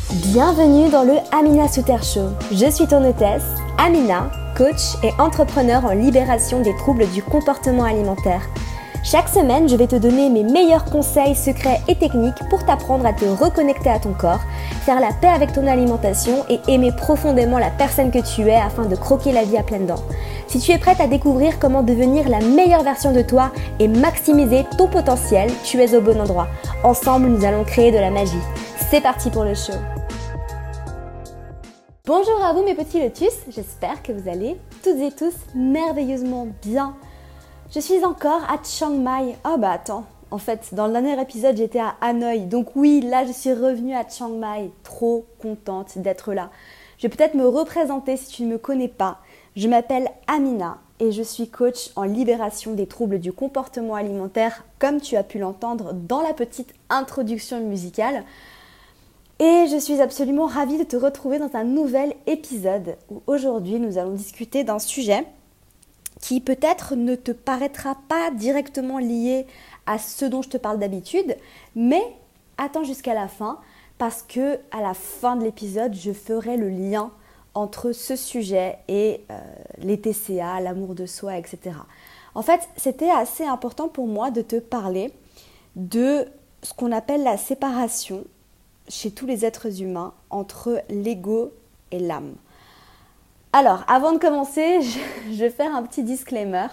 Bienvenue dans le Amina Souter Show. Je suis ton hôtesse, Amina, coach et entrepreneur en libération des troubles du comportement alimentaire. Chaque semaine, je vais te donner mes meilleurs conseils, secrets et techniques pour t'apprendre à te reconnecter à ton corps, faire la paix avec ton alimentation et aimer profondément la personne que tu es afin de croquer la vie à pleines dents. Si tu es prête à découvrir comment devenir la meilleure version de toi et maximiser ton potentiel, tu es au bon endroit. Ensemble, nous allons créer de la magie. C'est parti pour le show. Bonjour à vous mes petits lotus, j'espère que vous allez toutes et tous merveilleusement bien. Je suis encore à Chiang Mai. Attends, en fait dans le dernier épisode j'étais à Hanoï, donc oui là je suis revenue à Chiang Mai, trop contente d'être là. Je vais peut-être me représenter si tu ne me connais pas. Je m'appelle Amina et je suis coach en libération des troubles du comportement alimentaire comme tu as pu l'entendre dans la petite introduction musicale. Et je suis absolument ravie de te retrouver dans un nouvel épisode où aujourd'hui nous allons discuter d'un sujet qui peut-être ne te paraîtra pas directement lié à ce dont je te parle d'habitude, mais attends jusqu'à la fin parce que à la fin de l'épisode, je ferai le lien entre ce sujet et les TCA, l'amour de soi, etc. En fait, c'était assez important pour moi de te parler de ce qu'on appelle la séparation chez tous les êtres humains entre l'ego et l'âme. Alors, avant de commencer, je vais faire un petit disclaimer.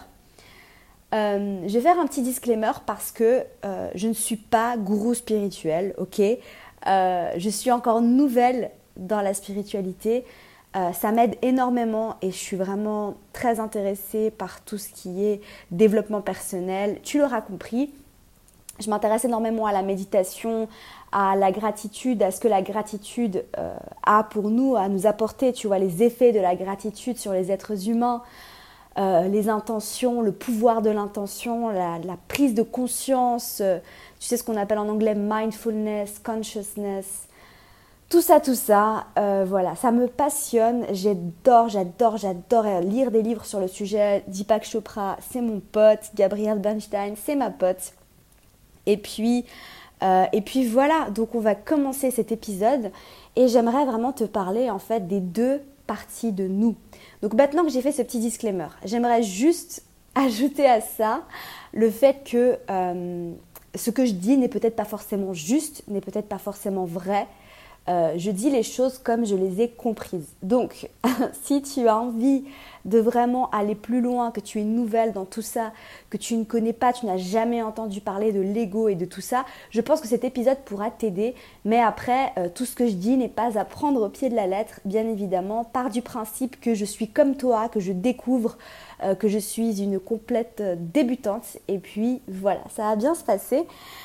Parce que je ne suis pas gourou spirituel, ok ? Je suis encore nouvelle dans la spiritualité. Ça m'aide énormément et je suis vraiment très intéressée par tout ce qui est développement personnel. Tu l'auras compris. Je m'intéresse énormément à la méditation, à la gratitude, à ce que la gratitude a pour nous, à nous apporter, tu vois, les effets de la gratitude sur les êtres humains, les intentions, le pouvoir de l'intention, la prise de conscience, tu sais ce qu'on appelle en anglais mindfulness, consciousness, tout ça, voilà, ça me passionne, j'adore lire des livres sur le sujet. Deepak Chopra, c'est mon pote, Gabrielle Bernstein, c'est ma pote. Et puis voilà, donc on va commencer cet épisode et j'aimerais vraiment te parler en fait des deux parties de nous. Donc maintenant que j'ai fait ce petit disclaimer, j'aimerais juste ajouter à ça le fait que ce que je dis n'est peut-être pas forcément juste, n'est peut-être pas forcément vrai. Je dis les choses comme je les ai comprises. Donc, si tu as envie de vraiment aller plus loin, que tu es nouvelle dans tout ça, que tu ne connais pas, tu n'as jamais entendu parler de l'ego et de tout ça, je pense que cet épisode pourra t'aider. Mais après, tout ce que je dis n'est pas à prendre au pied de la lettre, bien évidemment. Part du principe que je suis comme toi, que je découvre, que je suis une complète débutante. Et puis voilà, ça va bien se passer.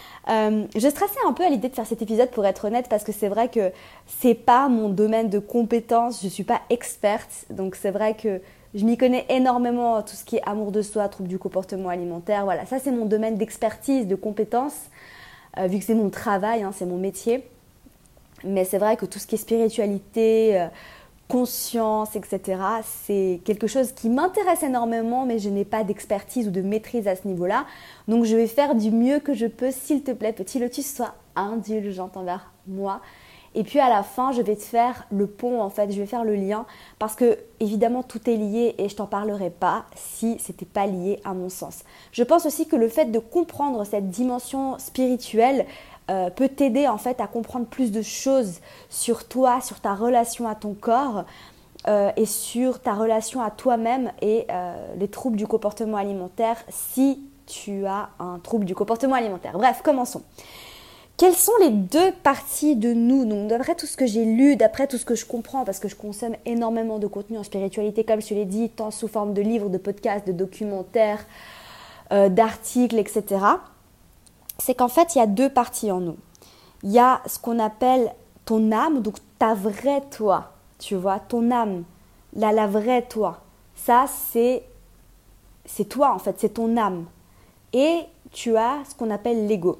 Je stressais un peu à l'idée de faire cet épisode pour être honnête parce que c'est vrai que c'est pas mon domaine de compétence, je suis pas experte, donc c'est vrai que je m'y connais énormément tout ce qui est amour de soi, troubles du comportement alimentaire, voilà, ça c'est mon domaine d'expertise, de compétence, vu que c'est mon travail, c'est mon métier, mais c'est vrai que tout ce qui est spiritualité, conscience, etc. c'est quelque chose qui m'intéresse énormément, mais je n'ai pas d'expertise ou de maîtrise à ce niveau-là. Donc je vais faire du mieux que je peux, s'il te plaît, petit lotus, sois indulgente envers moi. Et puis à la fin, je vais te faire le pont, en fait, je vais faire le lien, parce que évidemment tout est lié et je t'en parlerai pas si c'était pas lié à mon sens. Je pense aussi que le fait de comprendre cette dimension spirituelle peut t'aider en fait à comprendre plus de choses sur toi, sur ta relation à ton corps et sur ta relation à toi-même et les troubles du comportement alimentaire si tu as un trouble du comportement alimentaire. Bref, commençons. Quelles sont les deux parties de nous ? Donc, d'après tout ce que j'ai lu, d'après tout ce que je comprends, parce que je consomme énormément de contenu en spiritualité, comme je te l'ai dit, tant sous forme de livres, de podcasts, de documentaires, d'articles, etc., c'est qu'en fait, il y a deux parties en nous. Il y a ce qu'on appelle ton âme, donc ta vraie toi, tu vois, ton âme, la vraie toi. Ça, c'est toi en fait, c'est ton âme. Et tu as ce qu'on appelle l'ego.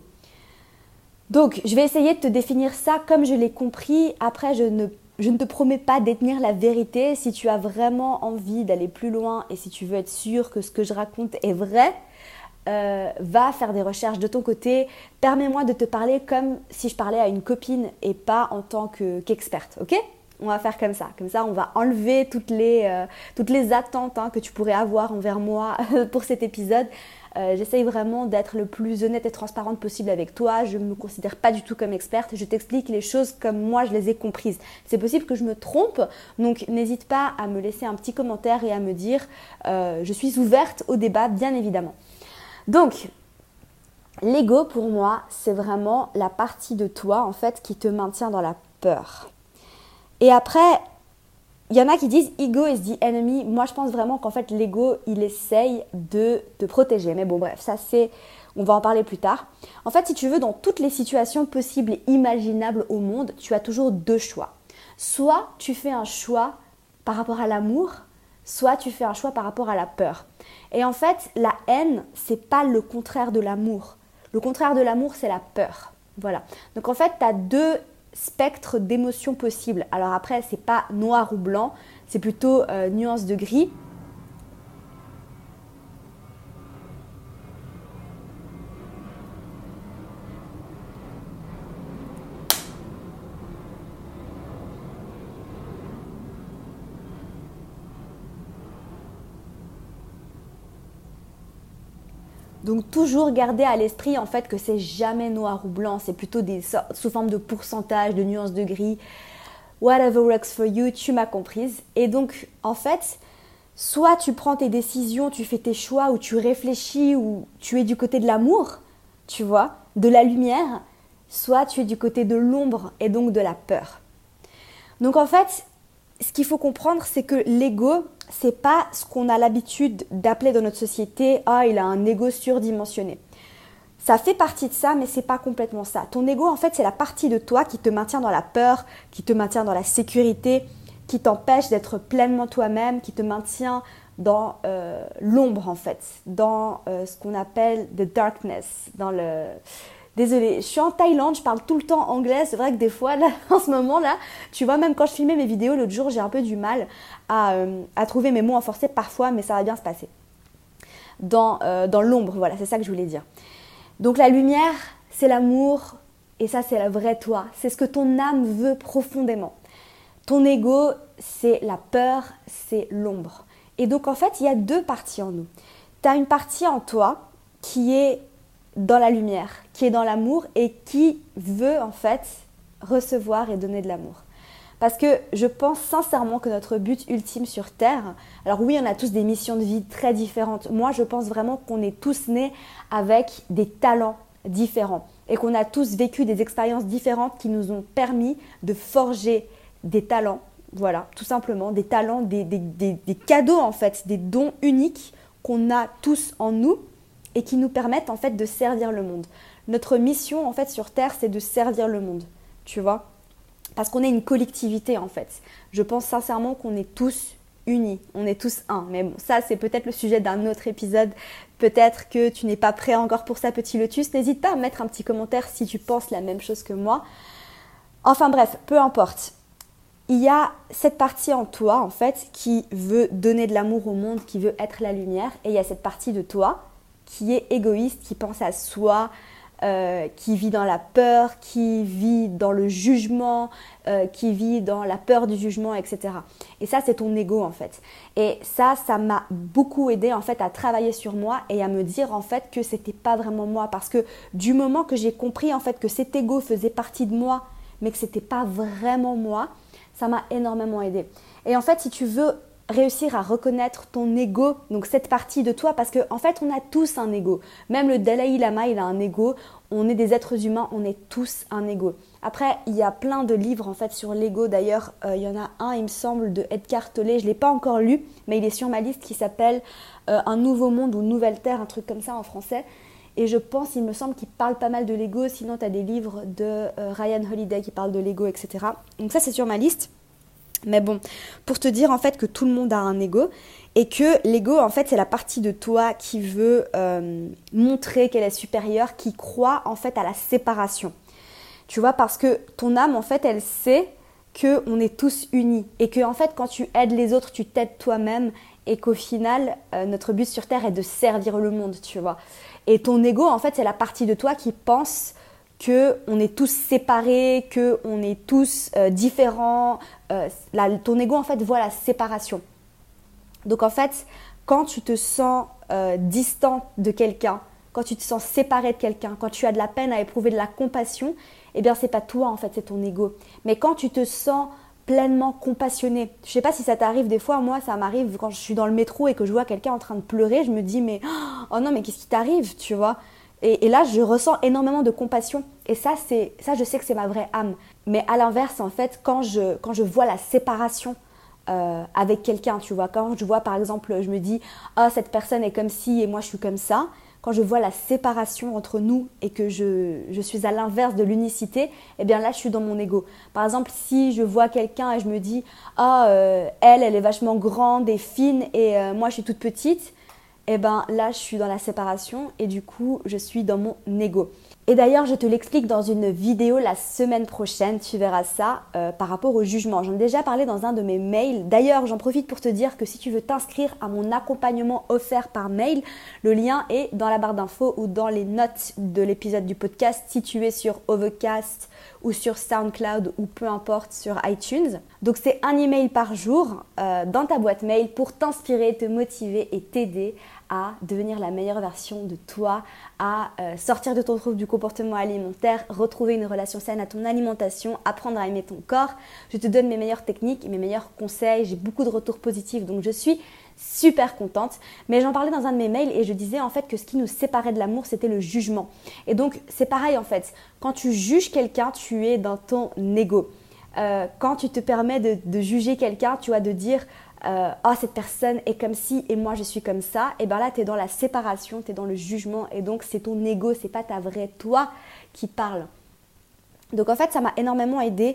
Donc, je vais essayer de te définir ça comme je l'ai compris. Après, je ne te promets pas détenir la vérité. Si tu as vraiment envie d'aller plus loin et si tu veux être sûr que ce que je raconte est vrai, va faire des recherches de ton côté. Permets-moi de te parler comme si je parlais à une copine et pas en tant qu'experte, ok ? On va faire comme ça. Comme ça, on va enlever toutes les attentes que tu pourrais avoir envers moi pour cet épisode. J'essaye vraiment d'être le plus honnête et transparente possible avec toi. Je ne me considère pas du tout comme experte. Je t'explique les choses comme moi je les ai comprises. C'est possible que je me trompe, donc n'hésite pas à me laisser un petit commentaire et à me dire je suis ouverte au débat, bien évidemment. Donc, l'ego pour moi, c'est vraiment la partie de toi en fait qui te maintient dans la peur. Et après, il y en a qui disent ego is the enemy. Moi, je pense vraiment qu'en fait, l'ego, il essaye de te protéger. Mais bon, bref, ça c'est... On va en parler plus tard. En fait, si tu veux, dans toutes les situations possibles et imaginables au monde, tu as toujours deux choix. Soit tu fais un choix par rapport à l'amour, soit tu fais un choix par rapport à la peur. Et en fait, la haine, c'est pas le contraire de l'amour. Le contraire de l'amour, c'est la peur. Voilà. Donc en fait, tu as deux spectre d'émotions possibles. Alors après, c'est pas noir ou blanc, c'est plutôt nuance de gris. Donc toujours garder à l'esprit en fait que c'est jamais noir ou blanc, c'est plutôt sous forme de pourcentage, de nuances de gris. Whatever works for you, tu m'as comprise. Et donc en fait, soit tu prends tes décisions, tu fais tes choix, ou tu réfléchis, ou tu es du côté de l'amour, tu vois, de la lumière, soit tu es du côté de l'ombre et donc de la peur. Donc en fait, ce qu'il faut comprendre, c'est que l'ego, c'est pas ce qu'on a l'habitude d'appeler dans notre société « Ah, il a un ego surdimensionné ». Ça fait partie de ça, mais c'est pas complètement ça. Ton ego, en fait, c'est la partie de toi qui te maintient dans la peur, qui te maintient dans la sécurité, qui t'empêche d'être pleinement toi-même, qui te maintient dans l'ombre, en fait, dans ce qu'on appelle « the darkness », dans le... Désolée, je suis en Thaïlande, je parle tout le temps anglais. C'est vrai que des fois, là, en ce moment-là, tu vois, même quand je filmais mes vidéos l'autre jour, j'ai un peu du mal à trouver mes mots en forcé parfois, mais ça va bien se passer. Dans l'ombre, voilà, c'est ça que je voulais dire. Donc la lumière, c'est l'amour, et ça, c'est la vraie toi. C'est ce que ton âme veut profondément. Ton ego, c'est la peur, c'est l'ombre. Et donc, en fait, il y a deux parties en nous. Tu as une partie en toi qui est dans la lumière, qui est dans l'amour et qui veut en fait recevoir et donner de l'amour. Parce que je pense sincèrement que notre but ultime sur Terre, alors oui, on a tous des missions de vie très différentes. Moi, je pense vraiment qu'on est tous nés avec des talents différents et qu'on a tous vécu des expériences différentes qui nous ont permis de forger des talents, voilà, tout simplement, des talents, des cadeaux en fait, des dons uniques qu'on a tous en nous et qui nous permettent en fait de servir le monde. Notre mission en fait sur Terre, c'est de servir le monde, tu vois, parce qu'on est une collectivité en fait. Je pense sincèrement qu'on est tous unis, on est tous un. Mais bon, ça c'est peut-être le sujet d'un autre épisode. Peut-être que tu n'es pas prêt encore pour ça, petit lotus. N'hésite pas à mettre un petit commentaire si tu penses la même chose que moi. Enfin bref, peu importe. Il y a cette partie en toi en fait qui veut donner de l'amour au monde, qui veut être la lumière, et il y a cette partie de toi qui est égoïste, qui pense à soi, qui vit dans la peur, qui vit dans le jugement, qui vit dans la peur du jugement, etc. Et ça, c'est ton ego en fait. Et ça m'a beaucoup aidé en fait à travailler sur moi et à me dire en fait que c'était pas vraiment moi, parce que du moment que j'ai compris en fait que cet ego faisait partie de moi, mais que c'était pas vraiment moi, ça m'a énormément aidé. Et en fait, si tu veux réussir à reconnaître ton ego, donc cette partie de toi, parce qu'en fait on a tous un ego, même le Dalai Lama il a un ego, on est des êtres humains, on est tous un ego. Après il y a plein de livres en fait sur l'ego, d'ailleurs il y en a un il me semble de Eckhart Tolle, je ne l'ai pas encore lu, mais il est sur ma liste, qui s'appelle Un nouveau monde ou Nouvelle Terre, un truc comme ça en français. Et je pense, il me semble qu'il parle pas mal de l'ego, sinon tu as des livres de Ryan Holiday qui parlent de l'ego, etc. Donc ça c'est sur ma liste. Mais bon, pour te dire en fait que tout le monde a un ego et que l'ego en fait c'est la partie de toi qui veut montrer qu'elle est supérieure, qui croit en fait à la séparation. Tu vois, parce que ton âme en fait elle sait qu'on est tous unis et que en fait quand tu aides les autres, tu t'aides toi-même et qu'au final notre but sur Terre est de servir le monde, tu vois. Et ton ego, en fait, c'est la partie de toi qui pense qu'on est tous séparés, qu'on est tous différents. Ton ego, en fait, voit la séparation. Donc, en fait, quand tu te sens distant de quelqu'un, quand tu te sens séparé de quelqu'un, quand tu as de la peine à éprouver de la compassion, eh bien, c'est pas toi, en fait, c'est ton ego. Mais quand tu te sens pleinement compassionné, je sais pas si ça t'arrive des fois, moi, ça m'arrive quand je suis dans le métro et que je vois quelqu'un en train de pleurer, je me dis, mais oh non, mais qu'est-ce qui t'arrive, tu vois ? Et là, je ressens énormément de compassion. Et ça, je sais que c'est ma vraie âme. Mais à l'inverse, en fait, quand je vois la séparation avec quelqu'un, tu vois, quand je vois, par exemple, je me dis, ah, cette personne est comme ci et moi, je suis comme ça. Quand je vois la séparation entre nous et que je suis à l'inverse de l'unicité, eh bien là, je suis dans mon ego. Par exemple, si je vois quelqu'un et je me dis « Ah, elle est vachement grande et fine et moi, je suis toute petite », eh bien là, je suis dans la séparation et du coup, je suis dans mon ego. Et d'ailleurs, je te l'explique dans une vidéo la semaine prochaine, tu verras ça, par rapport au jugement. J'en ai déjà parlé dans un de mes mails. D'ailleurs, j'en profite pour te dire que si tu veux t'inscrire à mon accompagnement offert par mail, le lien est dans la barre d'infos ou dans les notes de l'épisode du podcast si tu es sur Overcast ou sur SoundCloud ou peu importe sur iTunes. Donc c'est un email par jour dans ta boîte mail pour t'inspirer, te motiver et t'aider à devenir la meilleure version de toi, à sortir de ton trouble du comportement alimentaire, retrouver une relation saine à ton alimentation, apprendre à aimer ton corps. Je te donne mes meilleures techniques et mes meilleurs conseils. J'ai beaucoup de retours positifs, donc je suis super contente. Mais j'en parlais dans un de mes mails et je disais en fait que ce qui nous séparait de l'amour, c'était le jugement. Et donc c'est pareil en fait. Quand tu juges quelqu'un, tu es dans ton ego. Quand tu te permets de juger quelqu'un, tu vois, de dire oh, cette personne est comme ci et moi je suis comme ça, et bien là tu es dans la séparation, tu es dans le jugement et donc c'est ton ego, c'est pas ta vraie toi qui parle. Donc en fait ça m'a énormément aidé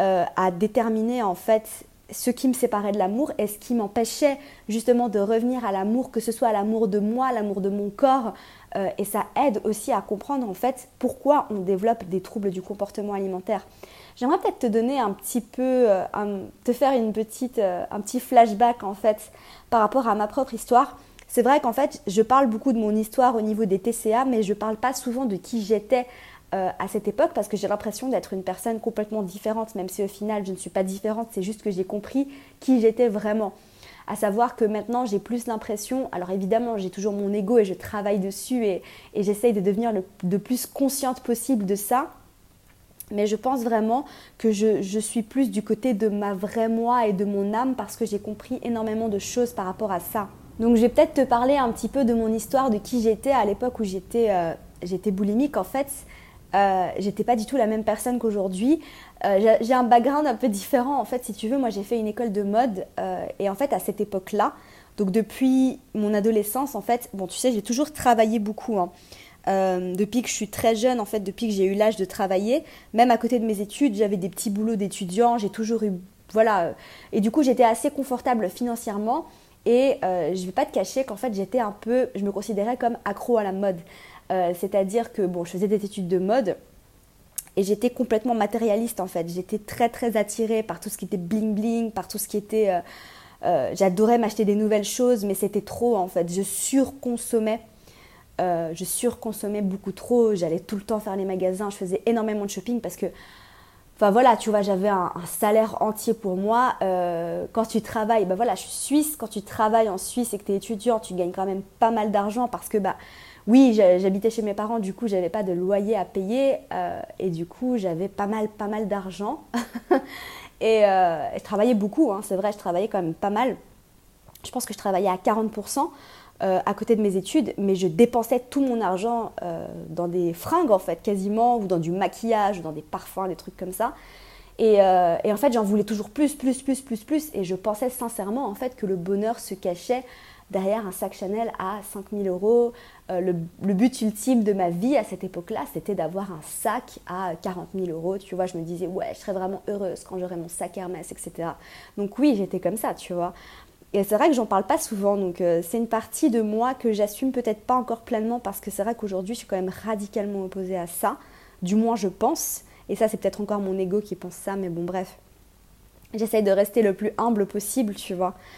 à déterminer en fait ce qui me séparait de l'amour et ce qui m'empêchait justement de revenir à l'amour, que ce soit à l'amour de moi, l'amour de mon corps, et ça aide aussi à comprendre en fait pourquoi on développe des troubles du comportement alimentaire. J'aimerais peut-être te donner un petit peu, te faire un petit flashback en fait par rapport à ma propre histoire. C'est vrai qu'en fait, je parle beaucoup de mon histoire au niveau des TCA, mais je ne parle pas souvent de qui j'étais à cette époque parce que j'ai l'impression d'être une personne complètement différente, même si au final, je ne suis pas différente, c'est juste que j'ai compris qui j'étais vraiment. À savoir que maintenant, j'ai plus l'impression, alors évidemment, j'ai toujours mon ego et je travaille dessus et j'essaye de devenir le plus consciente possible de ça. Mais je pense vraiment que je suis plus du côté de ma vraie moi et de mon âme parce que j'ai compris énormément de choses par rapport à ça. Donc je vais peut-être te parler un petit peu de mon histoire, de qui j'étais à l'époque où j'étais boulimique. En fait, j'étais pas du tout la même personne qu'aujourd'hui. J'ai un background un peu différent. En fait, si tu veux, moi j'ai fait une école de mode et en fait à cette époque-là, donc depuis mon adolescence, en fait, bon tu sais, j'ai toujours travaillé beaucoup, hein. Depuis que je suis très jeune, en fait, depuis que j'ai eu l'âge de travailler, même à côté de mes études, j'avais des petits boulots d'étudiant, j'ai toujours eu, voilà, et du coup j'étais assez confortable financièrement et je vais pas te cacher qu'en fait je me considérais comme accro à la mode, c'est-à-dire que bon, je faisais des études de mode et j'étais complètement matérialiste en fait, j'étais très très attirée par tout ce qui était bling bling, par tout ce qui était, j'adorais m'acheter des nouvelles choses, mais c'était trop en fait, je surconsommais beaucoup trop, j'allais tout le temps faire les magasins, je faisais énormément de shopping parce que, enfin voilà, tu vois, j'avais un salaire entier pour moi. Quand tu travailles, ben voilà, je suis suisse, quand tu travailles en Suisse et que tu es étudiant, tu gagnes quand même pas mal d'argent parce que, bah oui, j'habitais chez mes parents, du coup, j'avais pas de loyer à payer et du coup, j'avais pas mal d'argent. et je travaillais beaucoup, hein, c'est vrai, je travaillais quand même pas mal. Je pense que je travaillais à 40%. À côté de mes études, mais je dépensais tout mon argent dans des fringues en fait, quasiment, ou dans du maquillage, ou dans des parfums, des trucs comme ça. Et en fait, j'en voulais toujours plus, et je pensais sincèrement en fait que le bonheur se cachait derrière un sac Chanel à 5 000 euros. Le but ultime de ma vie à cette époque-là, c'était d'avoir un sac à 40 000 euros. Tu vois, je me disais, ouais, je serais vraiment heureuse quand j'aurai mon sac Hermès, etc. Donc oui, j'étais comme ça, tu vois. Et c'est vrai que j'en parle pas souvent, donc c'est une partie de moi que j'assume peut-être pas encore pleinement parce que c'est vrai qu'aujourd'hui je suis quand même radicalement opposée à ça, du moins je pense, et ça c'est peut-être encore mon ego qui pense ça, mais bon bref. J'essaye de rester le plus humble possible, tu vois.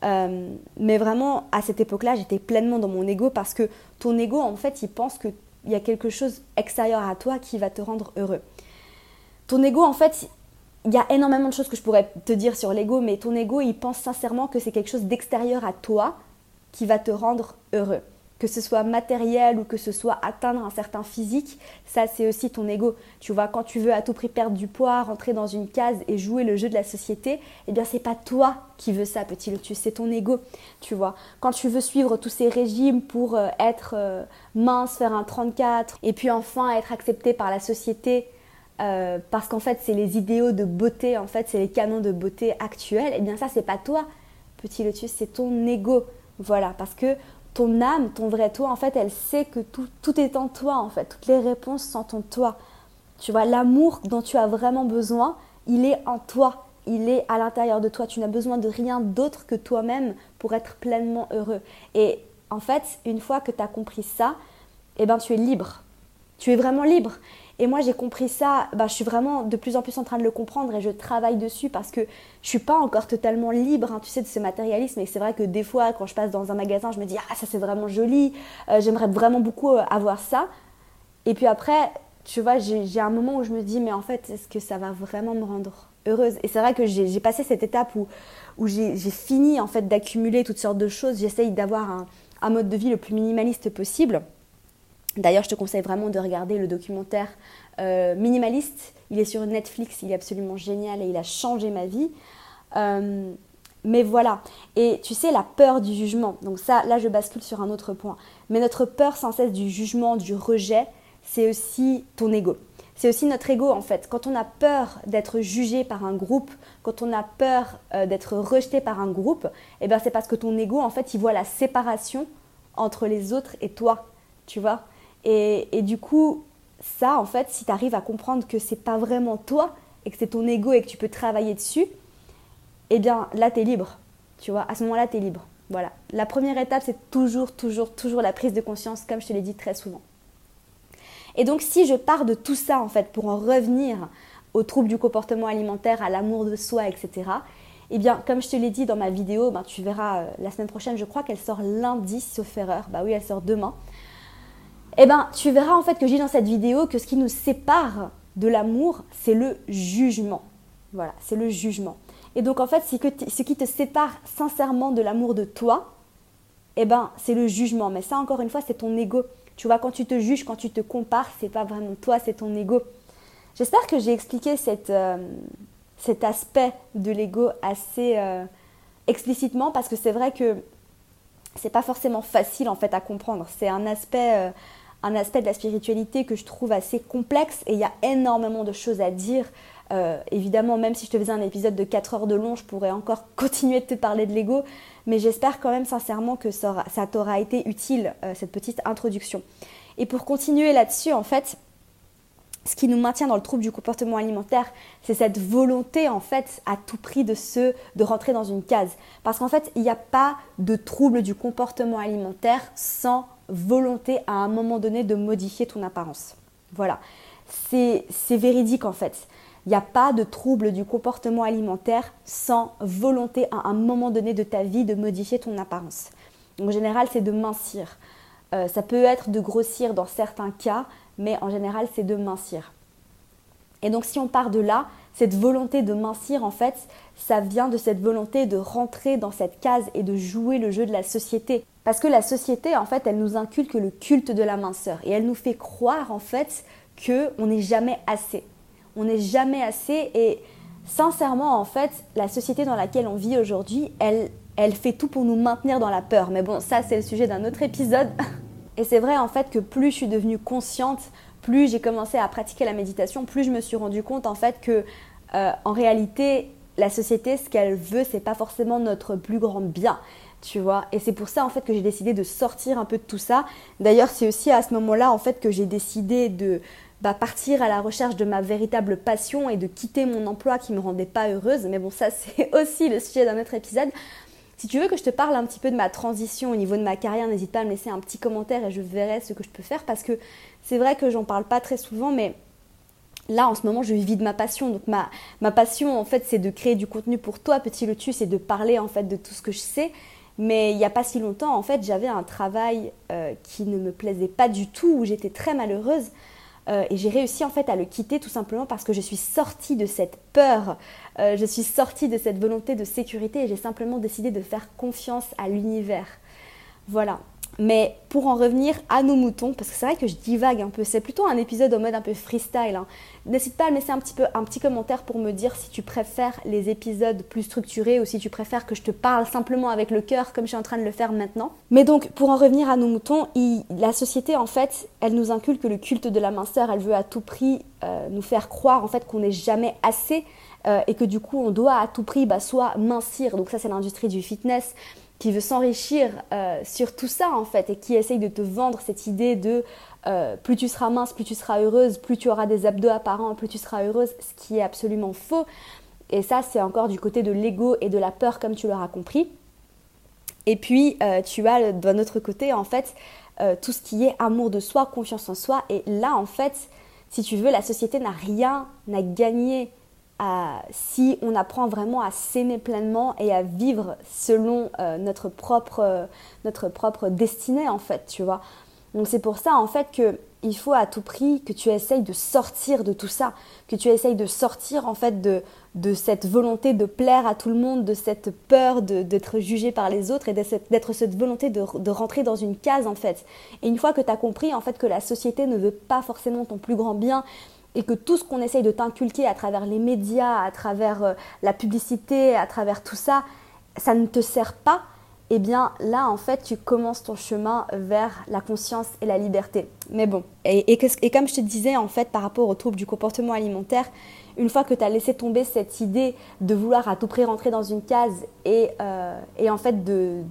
Mais vraiment, à cette époque-là, j'étais pleinement dans mon ego parce que ton ego, en fait, il pense qu'il y a quelque chose extérieur à toi qui va te rendre heureux. Ton ego, en fait, il y a énormément de choses que je pourrais te dire sur l'ego, mais ton ego, il pense sincèrement que c'est quelque chose d'extérieur à toi qui va te rendre heureux. Que ce soit matériel ou que ce soit atteindre un certain physique, ça c'est aussi ton ego. Tu vois, quand tu veux à tout prix perdre du poids, rentrer dans une case et jouer le jeu de la société, eh bien c'est pas toi qui veux ça, petit lotus, c'est ton ego. Tu vois, quand tu veux suivre tous ces régimes pour être mince, faire un 34 et puis enfin être accepté par la société, parce qu'en fait c'est les idéaux de beauté, en fait c'est les canons de beauté actuels, eh bien ça c'est pas toi, petit lotus, c'est ton ego. Voilà, parce que ton âme, ton vrai toi, en fait, elle sait que tout est en toi, en fait. Toutes les réponses sont en toi. Tu vois, l'amour dont tu as vraiment besoin, il est en toi. Il est à l'intérieur de toi. Tu n'as besoin de rien d'autre que toi-même pour être pleinement heureux. Et en fait, une fois que tu as compris ça, eh ben, tu es libre. Tu es vraiment libre. Et moi, j'ai compris ça, je suis vraiment de plus en plus en train de le comprendre et je travaille dessus parce que je ne suis pas encore totalement libre, tu sais, de ce matérialisme. Et c'est vrai que des fois, quand je passe dans un magasin, je me dis « Ah, ça c'est vraiment joli, j'aimerais vraiment beaucoup avoir ça. » Et puis après, tu vois, j'ai un moment où je me dis « Mais en fait, est-ce que ça va vraiment me rendre heureuse ?» Et c'est vrai que j'ai passé cette étape où j'ai fini en fait d'accumuler toutes sortes de choses. J'essaye d'avoir un mode de vie le plus minimaliste possible. D'ailleurs, je te conseille vraiment de regarder le documentaire Minimaliste. Il est sur Netflix, il est absolument génial et il a changé ma vie. Mais voilà. Et tu sais, la peur du jugement. Donc ça, là, je bascule sur un autre point. Mais notre peur sans cesse du jugement, du rejet, c'est aussi ton ego. C'est aussi notre ego, en fait. Quand on a peur d'être jugé par un groupe, quand on a peur d'être rejeté par un groupe, eh ben, c'est parce que ton ego, en fait, il voit la séparation entre les autres et toi. Tu vois ? Et du coup, ça, en fait, si tu arrives à comprendre que c'est pas vraiment toi et que c'est ton ego et que tu peux travailler dessus, eh bien, là, tu es libre. Tu vois, à ce moment-là, tu es libre. Voilà. La première étape, c'est toujours la prise de conscience, comme je te l'ai dit très souvent. Et donc, si je pars de tout ça, en fait, pour en revenir aux troubles du comportement alimentaire, à l'amour de soi, etc., eh bien, comme je te l'ai dit dans ma vidéo, tu verras la semaine prochaine, je crois qu'elle sort lundi, sauf erreur. Bah oui, elle sort demain. Eh bien, tu verras en fait que je dis dans cette vidéo que ce qui nous sépare de l'amour, c'est le jugement. Voilà, c'est le jugement. Et donc en fait, ce qui te sépare sincèrement de l'amour de toi, eh ben, c'est le jugement. Mais ça, encore une fois, c'est ton ego. Tu vois, quand tu te juges, quand tu te compares, c'est pas vraiment toi, c'est ton ego. J'espère que j'ai expliqué cet aspect de l'ego assez explicitement parce que c'est vrai que c'est pas forcément facile en fait à comprendre. C'est un aspect de la spiritualité que je trouve assez complexe et il y a énormément de choses à dire. Évidemment, même si je te faisais un épisode de 4 heures de long, je pourrais encore continuer de te parler de l'ego, mais j'espère quand même sincèrement que ça t'aura été utile, cette petite introduction. Et pour continuer là-dessus, en fait, ce qui nous maintient dans le trouble du comportement alimentaire, c'est cette volonté en fait à tout prix de rentrer dans une case. Parce qu'en fait, il n'y a pas de trouble du comportement alimentaire sans volonté à un moment donné de modifier ton apparence. Voilà, c'est véridique en fait. Il n'y a pas de trouble du comportement alimentaire sans volonté à un moment donné de ta vie de modifier ton apparence. En général, c'est de mincir. Ça peut être de grossir dans certains cas, mais en général, c'est de mincir. Et donc, si on part de là, cette volonté de mincir, en fait, ça vient de cette volonté de rentrer dans cette case et de jouer le jeu de la société. Parce que la société, en fait, elle nous inculque le culte de la minceur. Et elle nous fait croire, en fait, qu'on n'est jamais assez. On n'est jamais assez. Et sincèrement, en fait, la société dans laquelle on vit aujourd'hui, elle fait tout pour nous maintenir dans la peur. Mais bon, ça, c'est le sujet d'un autre épisode. Et c'est vrai en fait que plus je suis devenue consciente, plus j'ai commencé à pratiquer la méditation, plus je me suis rendu compte en fait que en réalité la société, ce qu'elle veut, c'est pas forcément notre plus grand bien, tu vois. Et c'est pour ça en fait que j'ai décidé de sortir un peu de tout ça. D'ailleurs, c'est aussi à ce moment-là en fait que j'ai décidé de partir à la recherche de ma véritable passion et de quitter mon emploi qui me rendait pas heureuse. Mais bon, ça c'est aussi le sujet d'un autre épisode. Si tu veux que je te parle un petit peu de ma transition au niveau de ma carrière, n'hésite pas à me laisser un petit commentaire et je verrai ce que je peux faire parce que c'est vrai que j'en parle pas très souvent, mais là, en ce moment, je vis de ma passion. Donc, ma passion, en fait, c'est de créer du contenu pour toi, Petit Lotus, et de parler, en fait, de tout ce que je sais. Mais il n'y a pas si longtemps, en fait, j'avais un travail qui ne me plaisait pas du tout, où j'étais très malheureuse. Et j'ai réussi, en fait, à le quitter tout simplement parce que je suis sortie de cette peur. Je suis sortie de cette volonté de sécurité et j'ai simplement décidé de faire confiance à l'univers. Voilà. Mais pour en revenir à nos moutons, parce que c'est vrai que je divague un peu, c'est plutôt un épisode en mode un peu freestyle. Hein. N'hésite pas à me laisser un petit commentaire pour me dire si tu préfères les épisodes plus structurés ou si tu préfères que je te parle simplement avec le cœur comme je suis en train de le faire maintenant. Mais donc, pour en revenir à nos moutons, la société, en fait, elle nous inculque le culte de la minceur. Elle veut à tout prix nous faire croire en fait qu'on n'est jamais assez et que du coup, on doit à tout prix soit mincir. Donc ça, c'est l'industrie du fitness qui veut s'enrichir sur tout ça en fait et qui essaye de te vendre cette idée de plus tu seras mince, plus tu seras heureuse, plus tu auras des abdos apparents, plus tu seras heureuse, ce qui est absolument faux. Et ça, c'est encore du côté de l'ego et de la peur comme tu l'auras compris. Et puis, tu as d'un autre côté en fait tout ce qui est amour de soi, confiance en soi. Et là en fait, si tu veux, la société n'a rien à gagner si on apprend vraiment à s'aimer pleinement et à vivre selon notre propre destinée en fait, tu vois. Donc c'est pour ça en fait qu'il faut à tout prix que tu essayes de sortir de tout ça, que tu essayes de sortir en fait de cette volonté de plaire à tout le monde, de cette peur d'être jugé par les autres et d'être cette volonté de rentrer dans une case en fait. Et une fois que tu as compris en fait que la société ne veut pas forcément ton plus grand bien, et que tout ce qu'on essaye de t'inculquer à travers les médias, à travers la publicité, à travers tout ça, ça ne te sert pas, eh bien là en fait tu commences ton chemin vers la conscience et la liberté. Mais bon, et comme je te disais en fait par rapport aux troubles du comportement alimentaire, une fois que tu as laissé tomber cette idée de vouloir à tout prix rentrer dans une case et en fait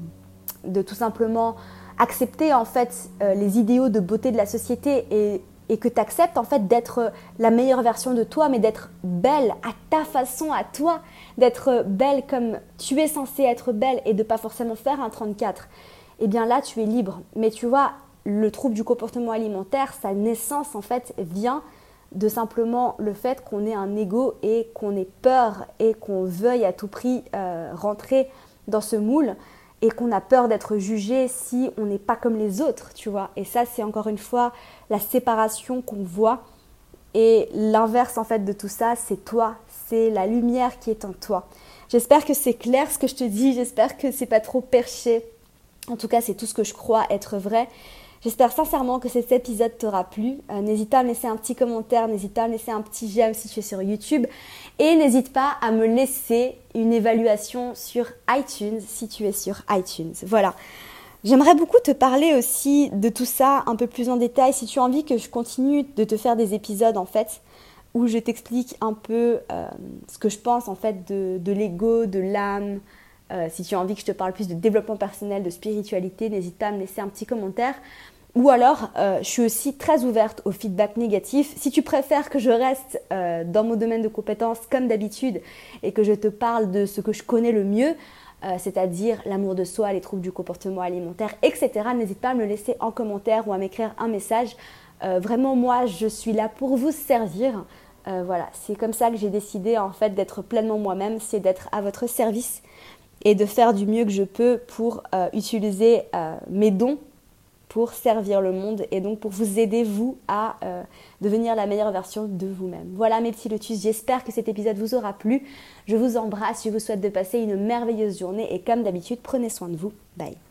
de tout simplement accepter en fait les idéaux de beauté de la société et que tu acceptes en fait d'être la meilleure version de toi, mais d'être belle à ta façon, à toi, d'être belle comme tu es censée être belle et de pas forcément faire un 34, eh bien là tu es libre. Mais tu vois, le trouble du comportement alimentaire, sa naissance en fait vient de simplement le fait qu'on ait un ego et qu'on ait peur et qu'on veuille à tout prix rentrer dans ce moule. Et qu'on a peur d'être jugé si on n'est pas comme les autres, tu vois. Et ça, c'est encore une fois la séparation qu'on voit. Et l'inverse, en fait, de tout ça, c'est toi. C'est la lumière qui est en toi. J'espère que c'est clair ce que je te dis. J'espère que c'est pas trop perché. En tout cas, c'est tout ce que je crois être vrai. J'espère sincèrement que cet épisode t'aura plu. N'hésite pas à me laisser un petit commentaire, n'hésite pas à me laisser un petit j'aime si tu es sur YouTube. Et n'hésite pas à me laisser une évaluation sur iTunes si tu es sur iTunes. Voilà. J'aimerais beaucoup te parler aussi de tout ça un peu plus en détail. Si tu as envie que je continue de te faire des épisodes en fait, où je t'explique un peu ce que je pense en fait de l'ego, de l'âme. Si tu as envie que je te parle plus de développement personnel, de spiritualité, n'hésite pas à me laisser un petit commentaire. Ou alors, je suis aussi très ouverte au feedback négatif. Si tu préfères que je reste dans mon domaine de compétences comme d'habitude et que je te parle de ce que je connais le mieux, c'est-à-dire l'amour de soi, les troubles du comportement alimentaire, etc., n'hésite pas à me le laisser en commentaire ou à m'écrire un message. Vraiment, moi, je suis là pour vous servir. Voilà, c'est comme ça que j'ai décidé en fait d'être pleinement moi-même, c'est d'être à votre service et de faire du mieux que je peux pour utiliser mes dons pour servir le monde et donc pour vous aider, vous, à devenir la meilleure version de vous-même. Voilà mes petits lotus, j'espère que cet épisode vous aura plu. Je vous embrasse, je vous souhaite de passer une merveilleuse journée et comme d'habitude, prenez soin de vous. Bye.